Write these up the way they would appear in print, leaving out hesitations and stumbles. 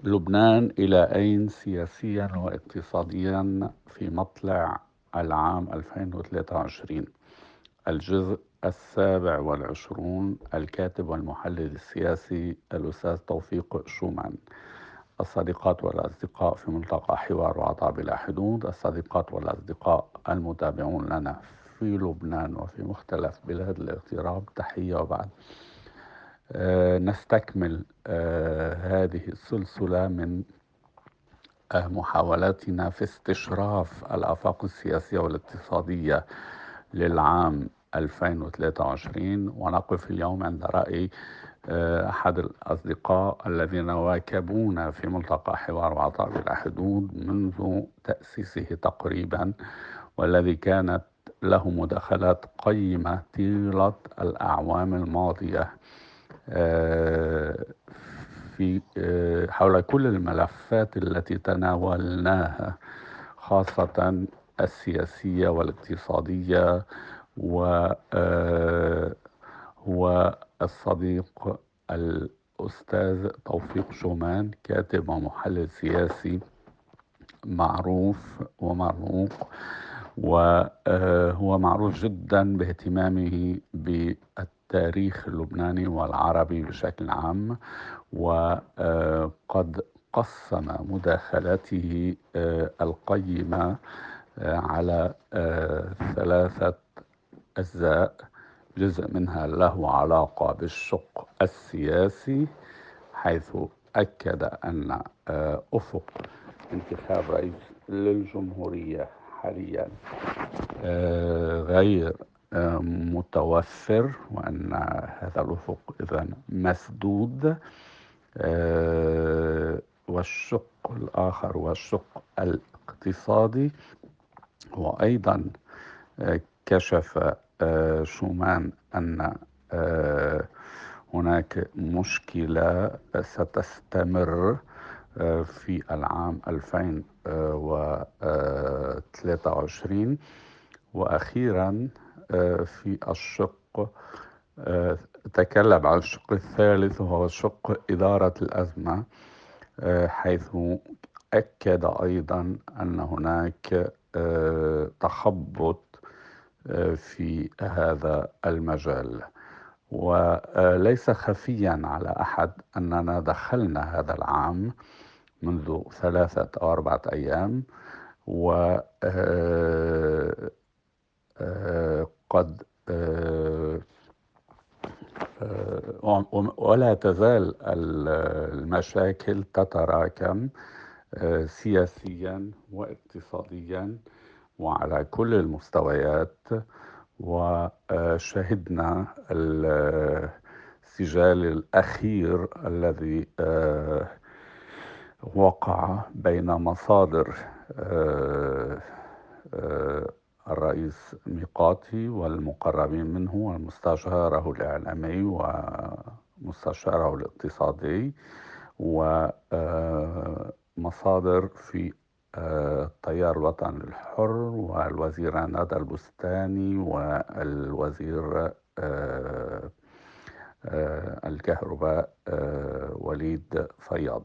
لبنان إلى أين سياسيا واقتصاديا في مطلع العام 2023؟ الجزء 27. الكاتب والمحلل السياسي الأستاذ توفيق شومان. الصديقات والأصدقاء في ملتقى حوار وعطاء بلا حدود، الصديقات والأصدقاء المتابعون لنا في لبنان وفي مختلف بلاد الاغتراب، تحية وبعد. نستكمل هذه السلسلة من محاولاتنا في استشراف الآفاق السياسية والاقتصادية للعام 2023، ونقف اليوم عند رأي أحد الأصدقاء الذين واكبونا في ملتقى حوار وعطاء بلا حدود منذ تأسيسه تقريبا، والذي كانت له مداخلات قيمة طيلة الأعوام الماضية في حول كل الملفات التي تناولناها، خاصة السياسية والاقتصادية. هو الصديق الأستاذ توفيق شومان، كاتب ومحلل سياسي معروف ومرموق، وهو معروف جدا باهتمامه بالتاريخ اللبناني والعربي بشكل عام، وقد قسم مداخلاته القيمة على 3 أجزاء. جزء منها له علاقة بالشق السياسي، حيث أكد أن أفق انتخاب رئيس للجمهورية حاليا غير متوفر، وأن هذا الأفق إذن مسدود. والشق الآخر هو الشق الاقتصادي، وأيضا كشف شومان أن هناك مشكلة ستستمر في العام 2023. وأخيرا في الشق تكلم عن الشق الثالث، وهو شق إدارة الأزمة، حيث أكد أيضا أن هناك تخبط في هذا المجال. وليس خفيا على أحد أننا دخلنا هذا العام منذ 3 أو 4 أيام، وقد ولا تزال المشاكل تتراكم سياسيا واقتصاديا وعلى كل المستويات. وشهدنا السجال الأخير الذي وقع بين مصادر الرئيس ميقاتي والمقربين منه ومستشاره الإعلامي ومستشاره الاقتصادي، ومصادر في التيار الوطني الحر والوزير ندى البستاني والوزير الكهرباء وليد فياض.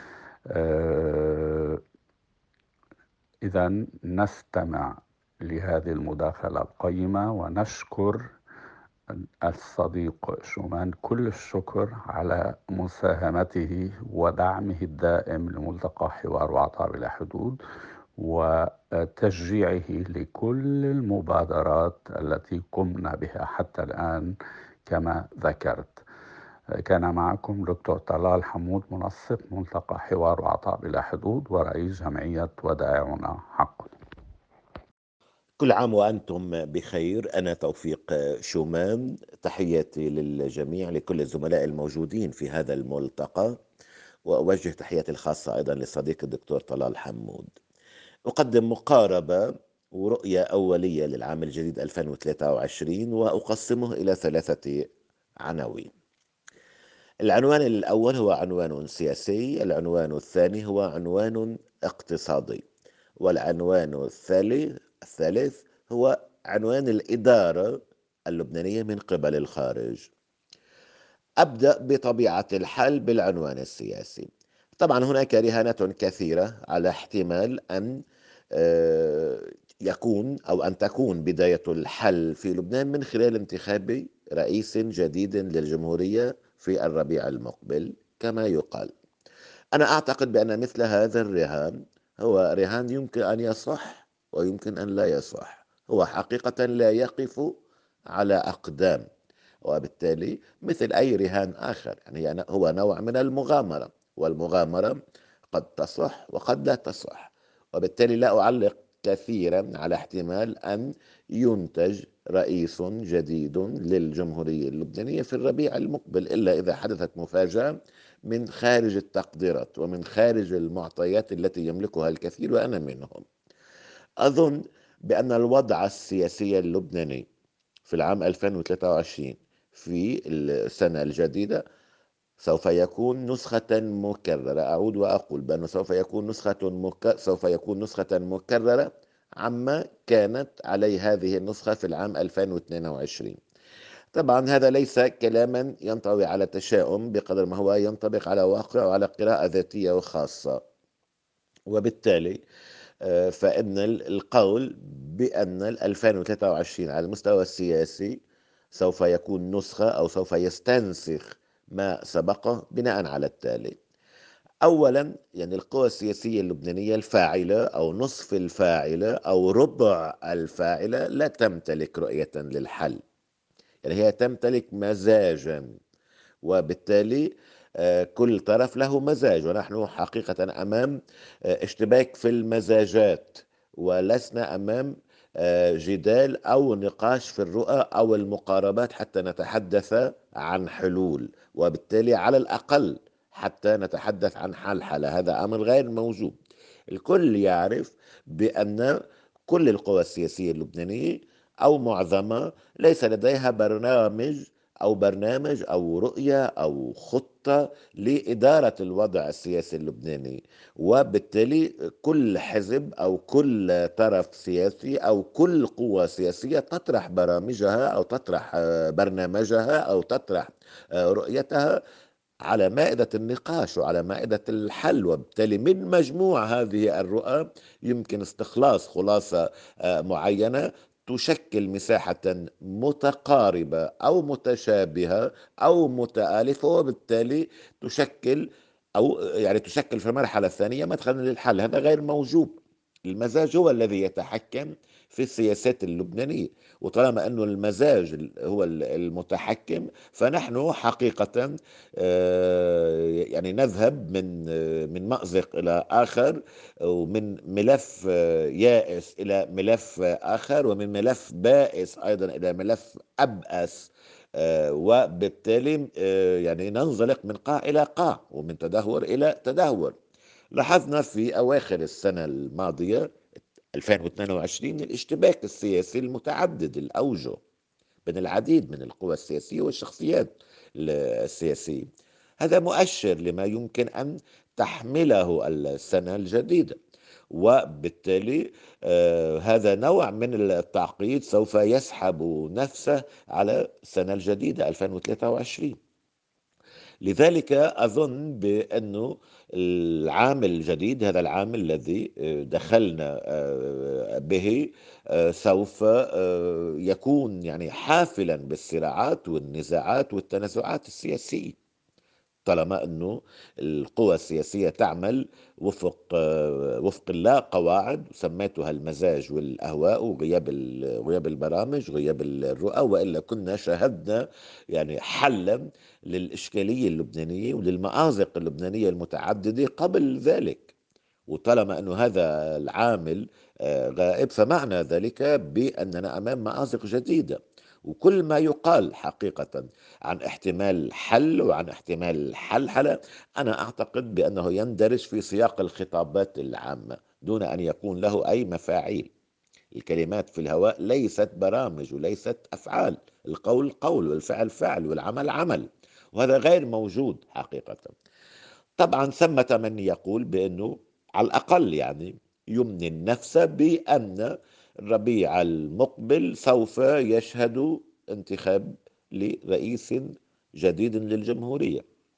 إذا نستمع لهذه المداخلة القيمة، ونشكر الصديق شومان كل الشكر على مساهمته ودعمه الدائم لملتقى حوار وعطاء بلا حدود، وتشجيعه لكل المبادرات التي قمنا بها حتى الآن كما ذكرت. كان معكم دكتور طلال حمود، منسق ملتقى حوار وعطاء بلا حدود ورئيس جمعية ودائعنا حق. كل عام وأنتم بخير. أنا توفيق شومان، تحياتي للجميع، لكل الزملاء الموجودين في هذا الملتقى، وأوجه تحياتي الخاصة أيضا للصديق الدكتور طلال حمود. أقدم مقاربة ورؤية أولية للعام الجديد 2023، وأقسمه إلى 3 عناوين. العنوان الأول هو عنوان سياسي، العنوان الثاني هو عنوان اقتصادي، والعنوان الثالث هو عنوان الإدارة اللبنانية من قبل الخارج. أبدأ بطبيعة الحال بالعنوان السياسي. طبعا هناك رهانات كثيرة على احتمال أن آه، يكون أو أن تكون بداية الحل في لبنان من خلال انتخاب رئيس جديد للجمهورية في الربيع المقبل كما يقال. أنا أعتقد بأن مثل هذا الرهان هو رهان يمكن أن يصح ويمكن أن لا يصح، هو حقيقة لا يقف على أقدام، وبالتالي مثل أي رهان آخر يعني هو نوع من المغامرة، والمغامرة قد تصح وقد لا تصح، وبالتالي لا أعلق كثيرا على احتمال أن ينتج رئيس جديد للجمهورية اللبنانية في الربيع المقبل، إلا إذا حدثت مفاجأة من خارج التقديرات ومن خارج المعطيات التي يملكها الكثير وأنا منهم. أظن بأن الوضع السياسي اللبناني في العام 2023 في السنة الجديدة سوف يكون نسخة مكررة، أعود وأقول بأنه سوف يكون نسخة مكررة عما كانت عليه هذه النسخة في العام 2022. طبعا هذا ليس كلاما ينطوي على تشاؤم بقدر ما هو ينطبق على واقع وعلى قراءة ذاتية وخاصة، وبالتالي فإن القول بأن 2023 على المستوى السياسي سوف يكون نسخة أو سوف يستنسخ ما سبقه بناء على التالي. أولا يعني القوى السياسية اللبنانية الفاعلة أو نصف الفاعلة أو ربع الفاعلة لا تمتلك رؤية للحل، يعني هي تمتلك مزاجا، وبالتالي كل طرف له مزاج، ونحن حقيقة أمام اشتباك في المزاجات، ولسنا أمام جدال أو نقاش في الرؤى أو المقاربات حتى نتحدث عن حلول، وبالتالي على الأقل حتى نتحدث عن حلحلة، هذا أمر غير موجود. الكل يعرف بأن كل القوى السياسية اللبنانية أو معظمها ليس لديها برنامج أو رؤية أو خطة لإدارة الوضع السياسي اللبناني، وبالتالي كل حزب أو كل طرف سياسي أو كل قوة سياسية تطرح برامجها أو تطرح برنامجها أو تطرح رؤيتها على مائدة النقاش وعلى مائدة الحل، وبالتالي من مجموع هذه الرؤى يمكن استخلاص خلاصة معينة تشكل مساحة متقاربة أو متشابهة أو متآلفة، وبالتالي تشكل أو يعني تشكل في المرحلة الثانية مدخلا للحل. هذا غير موجود، المزاج هو الذي يتحكم في السياسات اللبنانية، وطالما أنه المزاج هو المتحكم فنحن حقيقة يعني نذهب من مأزق إلى آخر، ومن ملف يائس إلى ملف آخر، ومن ملف بائس أيضا إلى ملف أبأس، وبالتالي يعني ننزلق من قاع إلى قاع ومن تدهور إلى تدهور. لاحظنا في أواخر السنة الماضية 2022 الاشتباك السياسي المتعدد الأوجه بين العديد من القوى السياسية والشخصيات السياسية، هذا مؤشر لما يمكن أن تحمله السنة الجديدة، وبالتالي هذا نوع من التعقيد سوف يسحب نفسه على السنة الجديدة 2023. لذلك أظن بأنه العام الجديد، هذا العام الذي دخلنا به، سوف يكون يعني حافلا بالصراعات والنزاعات والتنازعات السياسية، طالما أنه القوى السياسية تعمل وفق لا قواعد سميتها المزاج والأهواء وغياب البرامج وغياب الرؤى، وإلا كنا شاهدنا يعني حلا للإشكالية اللبنانية وللمآزق اللبنانية المتعددة قبل ذلك. وطالما أنه هذا العامل غائب فمعنى ذلك بأننا أمام مآزق جديدة، وكل ما يقال حقيقة عن احتمال حل وعن احتمال حلحلة أنا أعتقد بأنه يندرج في سياق الخطابات العامة دون أن يكون له أي مفاعيل. الكلمات في الهواء ليست برامج وليست أفعال، القول قول والفعل فعل والعمل عمل، وهذا غير موجود حقيقة. طبعا ثمة من يقول بأنه على الأقل يعني يمني النفس بأن الربيع المقبل سوف يشهد انتخاب لرئيس جديد للجمهورية.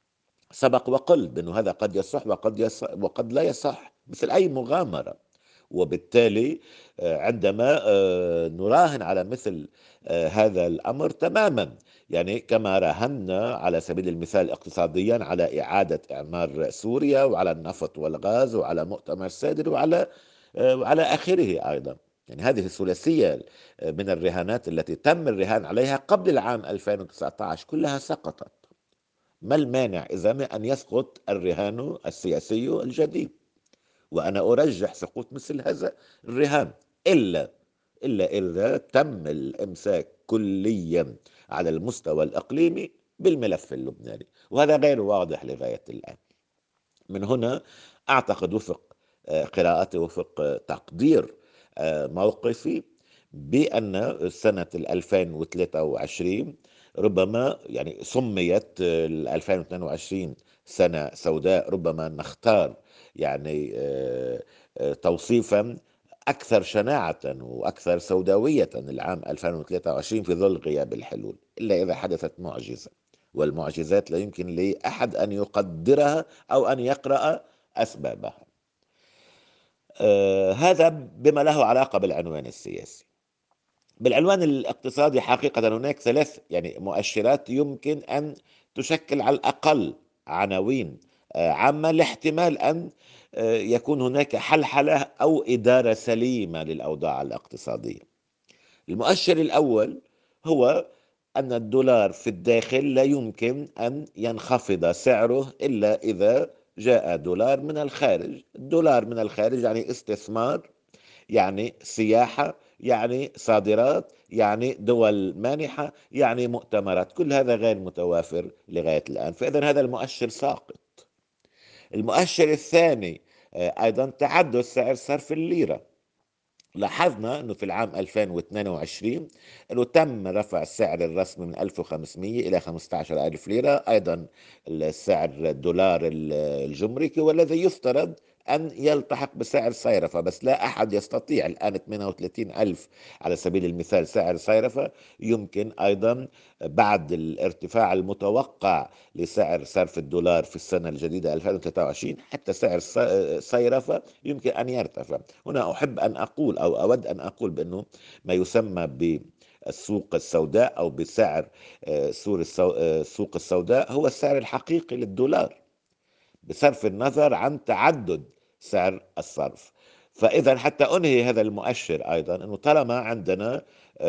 سبق وقل بأنه هذا قد يصح وقد لا يصح، مثل أي مغامرة. وبالتالي عندما نراهن على مثل هذا الأمر تماما، يعني كما راهنا على سبيل المثال اقتصاديا على إعادة إعمار سوريا، وعلى النفط والغاز، وعلى مؤتمر سادر، وعلى آخره أيضا. يعني هذه الثلاثية من الرهانات التي تم الرهان عليها قبل العام 2019 كلها سقطت. ما المانع إذا أن يسقط الرهان السياسي الجديد؟ وأنا أرجح سقوط مثل هذا الرهان، إلا إذا تم الإمساك كليا على المستوى الإقليمي بالملف اللبناني، وهذا غير واضح لغاية الآن. من هنا أعتقد وفق قراءتي، وفق تقدير موقفي، بأن سنة 2023 ربما يعني سميت 2022 سنة سوداء، ربما نختار يعني توصيفا أكثر شناعة وأكثر سوداوية العام 2023 في ظل غياب الحلول، إلا إذا حدثت معجزة، والمعجزات لا يمكن لأحد أن يقدرها أو أن يقرأ أسبابها. هذا بما له علاقة بالعنوان السياسي. بالعنوان الاقتصادي حقيقة هناك ثلاث يعني مؤشرات يمكن أن تشكل على الأقل عناوين عامة لاحتمال أن يكون هناك حلحلة أو إدارة سليمة للأوضاع الاقتصادية. المؤشر الأول هو أن الدولار في الداخل لا يمكن أن ينخفض سعره إلا إذا جاء دولار من الخارج. الدولار من الخارج يعني استثمار، يعني سياحة، يعني صادرات، يعني دول مانحة، يعني مؤتمرات. كل هذا غير متوافر لغاية الآن، فإذا هذا المؤشر ساقط. المؤشر الثاني أيضا تعدد سعر صرف الليرة. لاحظنا أنه في العام 2022 أنه تم رفع السعر الرسمي من 1500 إلى 15000 ليرة، أيضا السعر الدولار الجمركي، والذي يفترض أن يلتحق بسعر صيرفة، بس لا أحد يستطيع الآن. 38 ألف على سبيل المثال سعر صيرفة، يمكن أيضا بعد الارتفاع المتوقع لسعر صرف الدولار في السنة الجديدة 2023 حتى سعر صيرفة يمكن أن يرتفع. هنا أحب أن أقول أو أود أن أقول بأنه ما يسمى بالسوق السوداء أو بسعر السوق السوداء هو السعر الحقيقي للدولار، بصرف النظر عن تعدد سعر الصرف. فإذا حتى أنهي هذا المؤشر أيضا، أنه طالما عندنا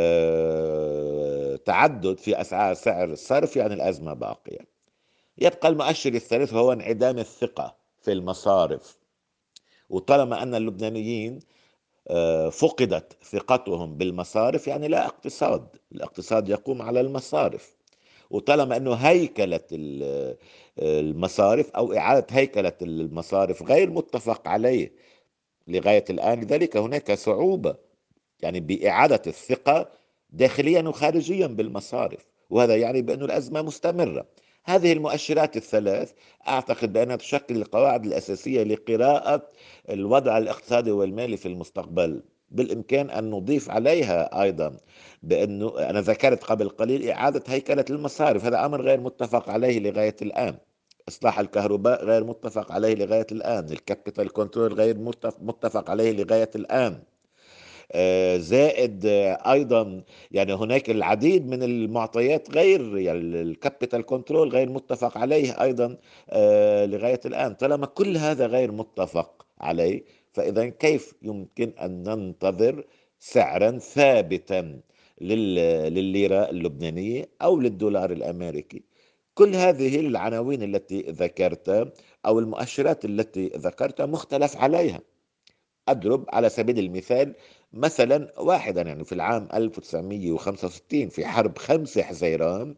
تعدد في أسعار سعر الصرف يعني الأزمة باقية. يبقى المؤشر الثالث هو انعدام الثقة في المصارف. وطالما أن اللبنانيين فقدت ثقتهم بالمصارف يعني لا اقتصاد، الاقتصاد يقوم على المصارف. وطالما أنه هيكلة المصارف أو إعادة هيكلة المصارف غير متفق عليه لغاية الآن، لذلك هناك صعوبة يعني بإعادة الثقة داخليا وخارجيا بالمصارف، وهذا يعني بأن الأزمة مستمرة. هذه المؤشرات الثلاث أعتقد بأنها تشكل القواعد الأساسية لقراءة الوضع الاقتصادي والمالي في المستقبل. بالإمكان أن نضيف عليها أيضا بأنه أنا ذكرت قبل قليل إعادة هيكلة المصارف، هذا أمر غير متفق عليه لغاية الآن. إصلاح الكهرباء غير متفق عليه لغاية الآن. الكابيتال كنترول غير متفق عليه لغاية الآن. زائد ايضا يعني هناك العديد من المعطيات غير يعني الكابيتال كنترول غير متفق عليه ايضا لغاية الان. طالما كل هذا غير متفق عليه، فاذا كيف يمكن ان ننتظر سعرا ثابتا للليرة اللبنانية او للدولار الامريكي؟ كل هذه العناوين التي ذكرتها او المؤشرات التي ذكرتها مختلف عليها. أضرب على سبيل المثال مثلا واحدا، يعني في العام 1965 في حرب 5 حزيران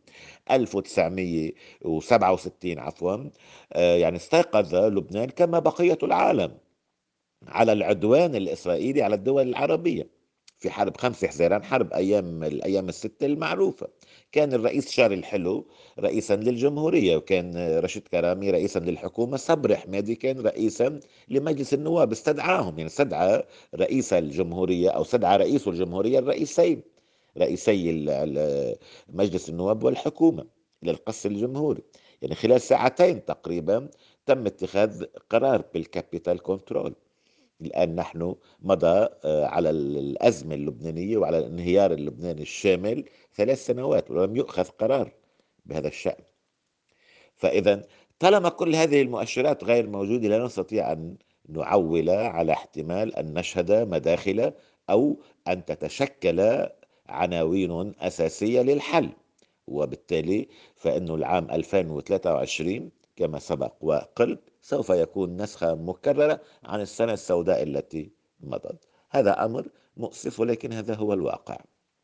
1967 عفوا، يعني استيقظ لبنان كما بقية العالم على العدوان الإسرائيلي على الدول العربية. في حرب 5 حزيران، حرب الأيام الستة المعروفة، كان الرئيس شارل الحلو رئيسا للجمهورية، وكان رشيد كرامي رئيسا للحكومة، صبري حمادي كان رئيسا لمجلس النواب. استدعاهم، يعني استدعى رئيس الجمهورية أو استدعى رئيس الجمهورية الرئيسين، رئيسي مجلس النواب والحكومة، للقص الجمهوري. يعني خلال ساعتين تقريبا تم اتخاذ قرار بالكابيتال كنترول. الآن نحن مضى على الأزمة اللبنانية وعلى الانهيار اللبناني الشامل 3 سنوات ولم يؤخذ قرار بهذا الشأن. فإذا طالما كل هذه المؤشرات غير موجودة، لا نستطيع أن نعول على احتمال أن نشهد مداخل أو أن تتشكل عناوين أساسية للحل. وبالتالي فإن العام 2023 كما سبق وقلت سوف يكون نسخة مكررة عن السنة السوداء التي مضت. هذا أمر مؤسف، ولكن هذا هو الواقع.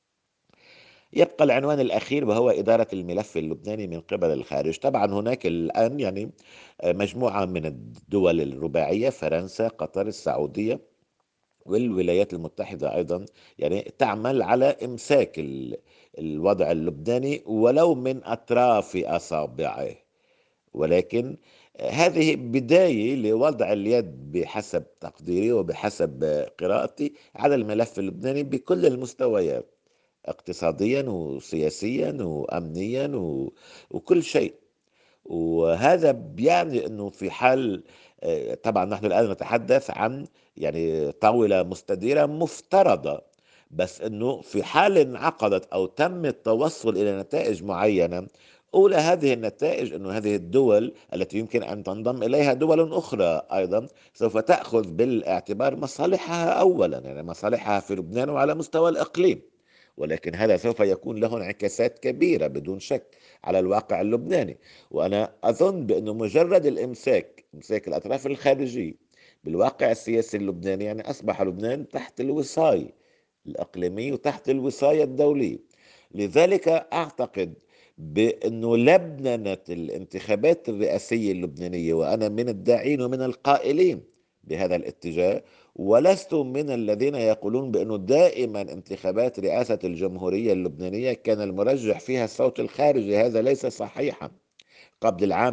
يبقى العنوان الأخير وهو إدارة الملف اللبناني من قبل الخارج. طبعا هناك الآن يعني مجموعة من الدول الرباعية، فرنسا، قطر، السعودية، والولايات المتحدة أيضا، يعني تعمل على إمساك الوضع اللبناني ولو من أطراف أصابعه. ولكن هذه بداية لوضع اليد بحسب تقديري وبحسب قراءتي على الملف اللبناني بكل المستويات، اقتصاديا وسياسيا وأمنيا وكل شيء. وهذا بيعني انه في حال طبعا نحن الان نتحدث عن يعني طاولة مستديرة مفترضة، بس انه في حال انعقدت او تم التوصل الى نتائج معينة، اولى هذه النتائج انه هذه الدول التي يمكن ان تنضم اليها دول اخرى ايضا سوف تأخذ بالاعتبار مصالحها اولا، يعني مصالحها في لبنان وعلى مستوى الاقليم. ولكن هذا سوف يكون له انعكاسات كبيرة بدون شك على الواقع اللبناني. وأنا أظن بأنه مجرد إمساك الأطراف الخارجية بالواقع السياسي اللبناني، يعني أصبح لبنان تحت الوصاية الإقليمية وتحت الوصاية الدولية. لذلك أعتقد بأنه لبنة الانتخابات الرئاسية اللبنانية، وأنا من الداعين ومن القائلين بهذا الاتجاه، ولست من الذين يقولون بأنه دائما انتخابات رئاسة الجمهورية اللبنانية كان المرجح فيها الصوت الخارجي، هذا ليس صحيحا. قبل العام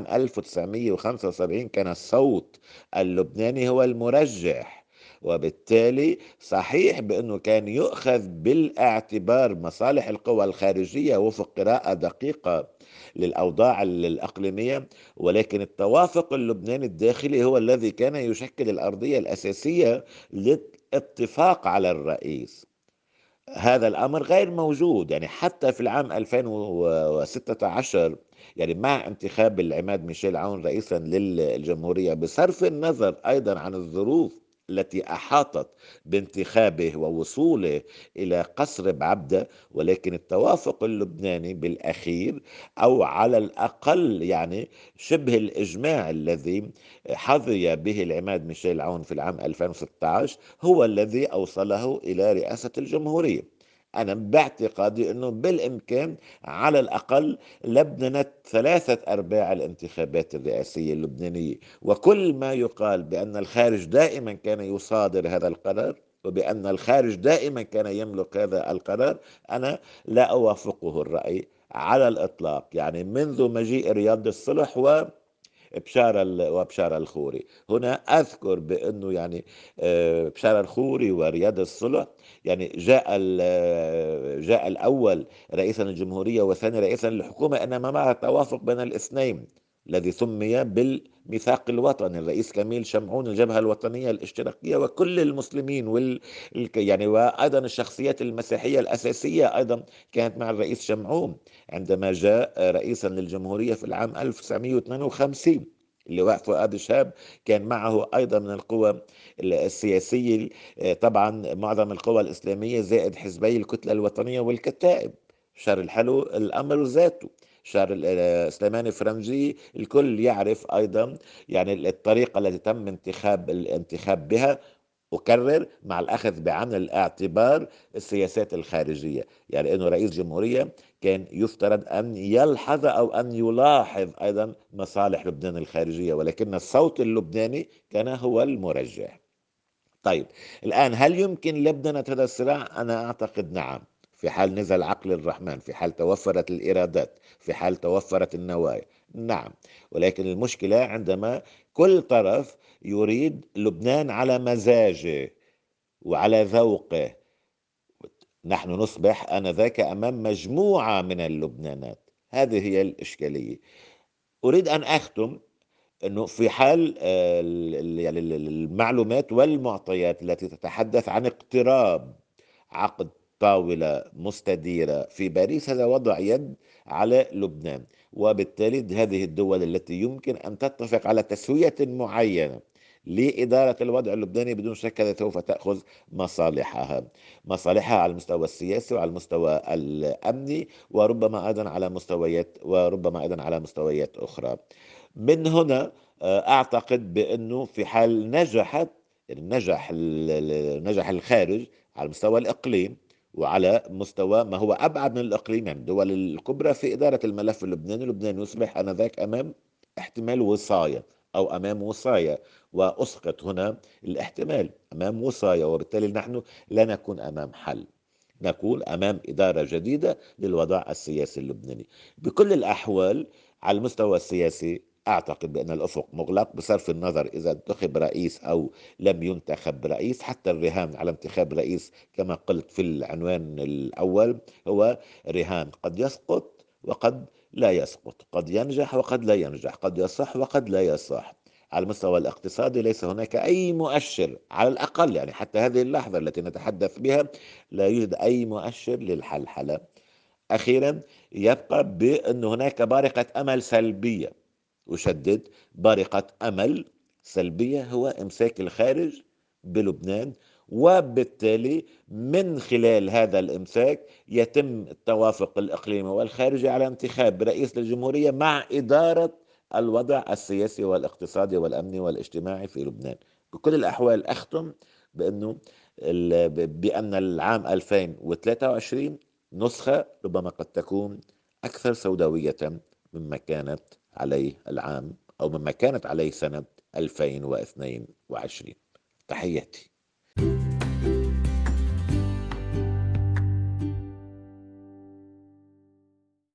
1975 كان الصوت اللبناني هو المرجح، وبالتالي صحيح بأنه كان يؤخذ بالاعتبار مصالح القوى الخارجية وفق قراءة دقيقة للأوضاع الإقليمية، ولكن التوافق اللبناني الداخلي هو الذي كان يشكل الأرضية الأساسية للاتفاق على الرئيس. هذا الأمر غير موجود، يعني حتى في العام 2016، يعني مع انتخاب العماد ميشيل عون رئيسا للجمهورية، بصرف النظر أيضا عن الظروف التي أحاطت بانتخابه ووصوله إلى قصر بعبدة، ولكن التوافق اللبناني بالأخير، أو على الأقل يعني شبه الإجماع الذي حظي به العماد ميشيل عون في العام 2016 هو الذي أوصله إلى رئاسة الجمهورية. أنا باعتقادي أنه بالإمكان على الأقل لبنة 3/4 الانتخابات الرئاسية اللبنانية. وكل ما يقال بأن الخارج دائما كان يصادر هذا القرار وبأن الخارج دائما كان يملك هذا القرار، أنا لا أوافقه الرأي على الإطلاق. يعني منذ مجيء رياض الصلح وبشار الخوري، هنا أذكر بأنه يعني بشار الخوري ورياض الصلح، يعني جاء الأول رئيسا للجمهورية والثاني رئيسا للحكومة، إنما مع توافق بين الاثنين الذي سمي بالميثاق الوطني. الرئيس كميل شمعون، الجبهة الوطنية الاشتراكية، وكل المسلمين يعني وأيضا الشخصيات المسيحية الأساسية أيضا كانت مع الرئيس شمعون عندما جاء رئيسا للجمهورية في العام 1952. اللواء فؤاد شهاب كان معه أيضا من القوى السياسية، طبعا معظم القوى الإسلامية زائد حزبي الكتلة الوطنية والكتائب. شار الحلو الأمر ذاته، شار سليمان فرنجي الكل يعرف أيضا يعني الطريقة التي تم الانتخاب بها. أكرر مع الأخذ بعين الاعتبار السياسات الخارجية، يعني أنه رئيس جمهورية كان يفترض أن يلحظ أو أن يلاحظ أيضا مصالح لبنان الخارجية، ولكن الصوت اللبناني كان هو المرجح. طيب، الآن هل يمكن لبنان هذا الصراع؟ أنا أعتقد نعم، في حال نزل عقل الرحمن، في حال توفرت الإرادات، في حال توفرت النوايا، نعم. ولكن المشكلة عندما كل طرف يريد لبنان على مزاجه وعلى ذوقه، نحن نصبح آنذاك أمام مجموعة من اللبنانات. هذه هي الإشكالية. أريد أن أختم انه في حال يعني المعلومات والمعطيات التي تتحدث عن اقتراب عقد طاولة مستديرة في باريس، هذا وضع يد على لبنان، وبالتالي هذه الدول التي يمكن أن تتفق على تسوية معينة لإدارة الوضع اللبناني بدون شك هذا سوف تأخذ مصالحها على المستوى السياسي وعلى المستوى الأمني، وربما أيضا على مستويات أخرى. من هنا أعتقد بأنه في حال يعني نجح الخارج على مستوى الإقليم وعلى مستوى ما هو أبعد من الإقليم، يعني الدول الكبرى في إدارة الملف اللبناني، لبنان يصبح آنذاك أمام احتمال وصاية أو أمام وصاية، وأسقط هنا الاحتمال أمام وصاية، وبالتالي نحن لا نكون أمام حل، نكون أمام إدارة جديدة للوضع السياسي اللبناني. بكل الأحوال على المستوى السياسي أعتقد بأن الأفق مغلق بصرف النظر إذا انتخب رئيس أو لم ينتخب رئيس. حتى الرهان على انتخاب رئيس كما قلت في العنوان الأول هو رهان قد يسقط وقد لا يسقط، قد ينجح وقد لا ينجح، قد يصح وقد لا يصح. على المستوى الاقتصادي ليس هناك أي مؤشر، على الأقل يعني حتى هذه اللحظة التي نتحدث بها لا يوجد أي مؤشر للحلحلة. أخيرا يبقى بأن هناك بارقة أمل سلبية، أشدد، بارقة أمل سلبية، هو إمساك الخارج بلبنان، وبالتالي من خلال هذا الإمساك يتم التوافق الإقليمي والخارجي على انتخاب رئيس للجمهورية مع إدارة الوضع السياسي والاقتصادي والأمني والاجتماعي في لبنان. بكل الأحوال أختم بأنه بأن العام 2023 نسخة ربما قد تكون أكثر سوداوية مما كانت عليه العام أو مما كانت عليه سنة 2022. تحياتي.